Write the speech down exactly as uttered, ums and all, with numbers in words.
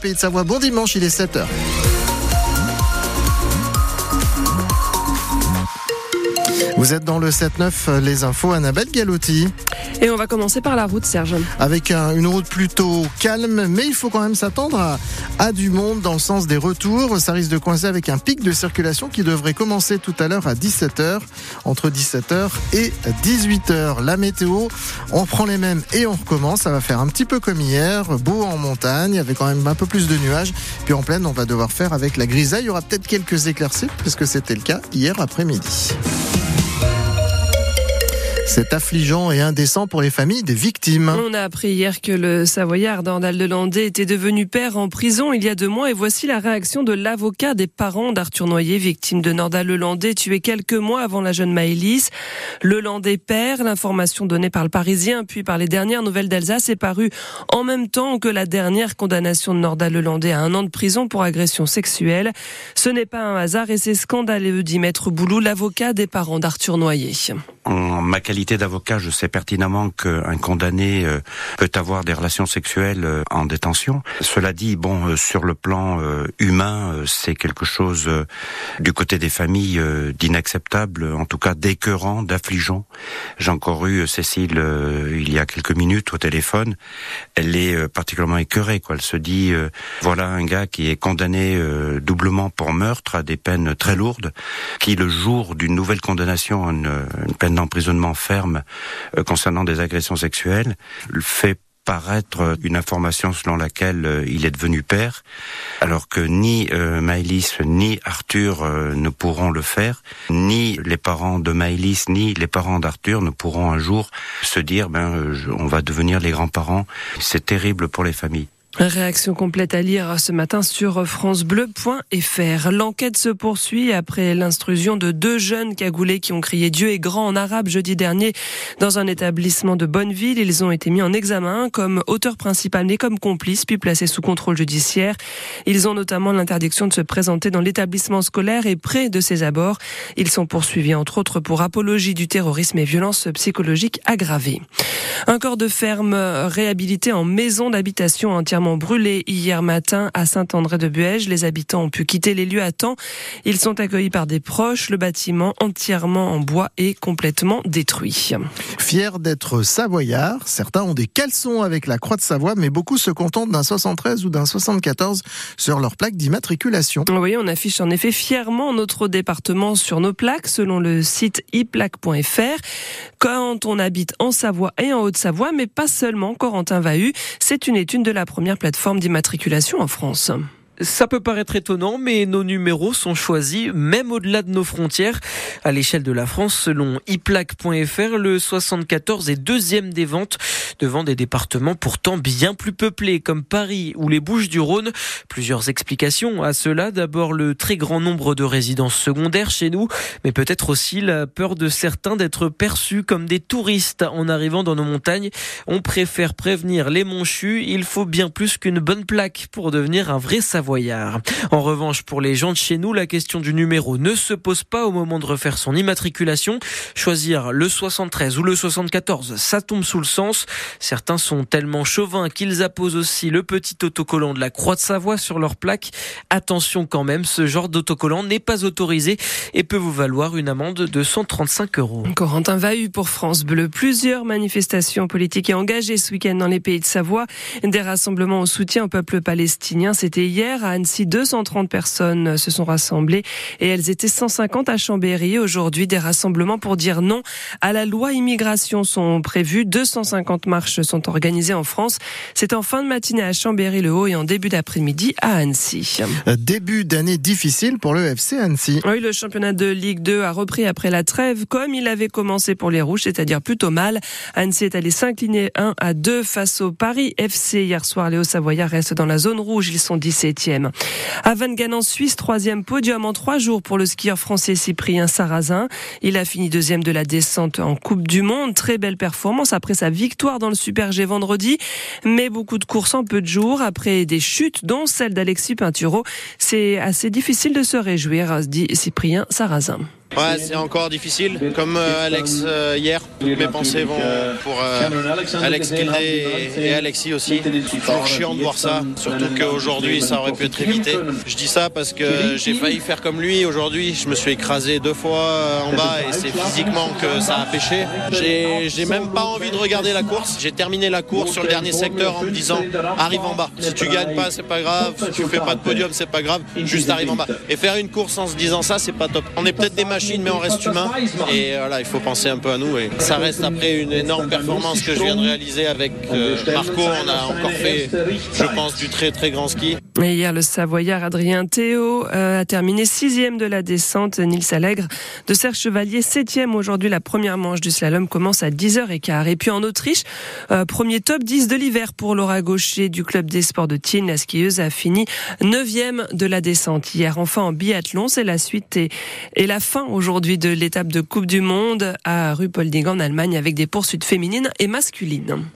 Pays de Savoie. Bon dimanche, il est sept heures. Vous êtes dans le sept neuf, les infos, Annabelle Galotti. Et on va commencer par la route, Serge. Avec un, une route plutôt calme, mais il faut quand même s'attendre à, à du monde dans le sens des retours. Ça risque de coincer avec un pic de circulation qui devrait commencer tout à l'heure à dix-sept heures, entre dix-sept heures et dix-huit heures. La météo, on prend les mêmes et on recommence. Ça va faire un petit peu comme hier, beau en montagne, avec quand même un peu plus de nuages. Puis en plaine, on va devoir faire avec la grisaille. Il y aura peut-être quelques éclaircies, puisque c'était le cas hier après-midi. C'est affligeant et indécent pour les familles des victimes. On a appris hier que le Savoyard Nordal Lelandais était devenu père en prison il y a deux mois et voici la réaction de l'avocat des parents d'Arthur Noyer, victime de Nordal Lelandais, tué quelques mois avant la jeune Maëlys. Lelandais père, l'information donnée par le Parisien puis par les dernières nouvelles d'Alsace est parue en même temps que la dernière condamnation de Nordal Lelandais à un an de prison pour agression sexuelle. Ce n'est pas un hasard et c'est scandaleux, dit Maître Boulou, l'avocat des parents d'Arthur Noyer. En ma qualité d'avocat, je sais pertinemment qu'un condamné euh, peut avoir des relations sexuelles euh, en détention. Cela dit, bon, euh, sur le plan euh, humain, euh, c'est quelque chose euh, du côté des familles euh, d'inacceptable, en tout cas d'écœurant, d'affligeant. J'ai encore eu euh, Cécile euh, il y a quelques minutes au téléphone. Elle est euh, particulièrement écœurée, quoi. Elle se dit, euh, voilà un gars qui est condamné euh, doublement pour meurtre à des peines très lourdes, qui le jour d'une nouvelle condamnation, une, une peine d'emprisonnement ferme euh, concernant des agressions sexuelles, fait paraître une information selon laquelle euh, il est devenu père, alors que ni euh, Maëlys ni Arthur euh, ne pourront le faire, ni les parents de Maëlys ni les parents d'Arthur ne pourront un jour se dire ben euh, je, on va devenir les grands-parents. C'est terrible pour les familles. Réaction complète à lire ce matin sur francebleu point f r. L'enquête se poursuit après l'instruction de deux jeunes cagoulés qui ont crié Dieu est grand en arabe jeudi dernier dans un établissement de Bonneville. Ils ont été mis en examen comme auteur principal mais comme complice puis placés sous contrôle judiciaire. Ils ont notamment l'interdiction de se présenter dans l'établissement scolaire et près de ses abords. Ils sont poursuivis entre autres pour apologie du terrorisme et violence psychologique aggravée. Un corps de ferme réhabilité en maison d'habitation entièrement brûlé hier matin à Saint-André-de-Buège. Les habitants ont pu quitter les lieux à temps. Ils sont accueillis par des proches. Le bâtiment entièrement en bois est complètement détruit. Fiers d'être savoyards, certains ont des caleçons avec la croix de Savoie, mais beaucoup se contentent d'un soixante-treize ou d'un soixante-quatorze sur leur plaque d'immatriculation. Oui, on affiche en effet fièrement notre département sur nos plaques, selon le site i plaque point f r. Quand on habite en Savoie et en Haute-Savoie, mais pas seulement, Corentin Vahu, c'est une étude de la première plateforme d'immatriculation en France. Ça peut paraître étonnant, mais nos numéros sont choisis même au-delà de nos frontières. À l'échelle de la France, selon i plaque point f r, le soixante-quatorze est deuxième des ventes, devant des départements pourtant bien plus peuplés, comme Paris ou les Bouches-du-Rhône. Plusieurs explications à cela. D'abord, le très grand nombre de résidences secondaires chez nous, mais peut-être aussi la peur de certains d'être perçus comme des touristes en arrivant dans nos montagnes. On préfère prévenir les monchus. Il faut bien plus qu'une bonne plaque pour devenir un vrai Savoyard. En revanche, pour les gens de chez nous, la question du numéro ne se pose pas au moment de refaire son immatriculation. Choisir le soixante-treize ou le soixante-quatorze, ça tombe sous le sens. Certains sont tellement chauvins qu'ils apposent aussi le petit autocollant de la Croix de Savoie sur leur plaque. Attention quand même, ce genre d'autocollant n'est pas autorisé et peut vous valoir une amende de cent trente-cinq euros. Corentin Vahu pour France Bleu. Plusieurs manifestations politiques et engagées ce week-end dans les Pays de Savoie. Des rassemblements au soutien au peuple palestinien, c'était hier. À Annecy, deux cent trente personnes se sont rassemblées et elles étaient cent cinquante à Chambéry. Aujourd'hui, des rassemblements pour dire non à la loi immigration sont prévus. deux cent cinquante marches sont organisées en France. C'est en fin de matinée à Chambéry-le-Haut et en début d'après-midi à Annecy. Début d'année difficile pour le F C Annecy. Oui, le championnat de Ligue deux a repris après la trêve comme il avait commencé pour les Rouges, c'est-à-dire plutôt mal. Annecy est allé s'incliner un à deux face au Paris F C hier soir. Les Hauts-Savoyards restent dans la zone rouge. Ils sont dix-septième. À Wangen en Suisse, troisième podium en trois jours pour le skieur français Cyprien Sarrazin. Il a fini deuxième de la descente en Coupe du Monde. Très belle performance après sa victoire dans le Super G vendredi. Mais beaucoup de courses en peu de jours. Après des chutes, dont celle d'Alexis Pinturo, c'est assez difficile de se réjouir, dit Cyprien Sarrazin. Ouais, c'est encore difficile. Comme euh, Alex euh, hier, toutes mes pensées vont pour euh, Alex Kildé et, et Alexis aussi. C'est toujours chiant de voir ça, surtout qu'aujourd'hui ça aurait pu être évité. Je dis ça parce que j'ai failli faire comme lui aujourd'hui. Je me suis écrasé deux fois en bas et c'est physiquement que ça a pêché. J'ai, j'ai même pas envie de regarder la course. J'ai terminé la course sur le dernier secteur en me disant arrive en bas. Si tu gagnes pas, c'est pas grave. Si tu fais pas de podium, c'est pas grave. Juste arrive en bas. Et faire une course en se disant ça, c'est pas top. On est peut-être des machines, mais on reste humain. Et voilà, il faut penser un peu à nous. Et ça reste après une énorme performance que je viens de réaliser avec euh, Marco. On a encore fait, je pense, du très très grand ski. Et hier, le Savoyard Adrien Théo euh, a terminé sixième de la descente. Nils Allègre de Serre Chevalier, septième aujourd'hui. La première manche du slalom commence à dix heures quinze. Et puis en Autriche, euh, premier top dix de l'hiver pour Laura Gaucher du club des sports de Thiel. La skieuse a fini neuvième de la descente hier. Enfin en biathlon, c'est la suite et, et la fin aujourd'hui de l'étape de Coupe du Monde à Ruhpolding en Allemagne avec des poursuites féminines et masculines.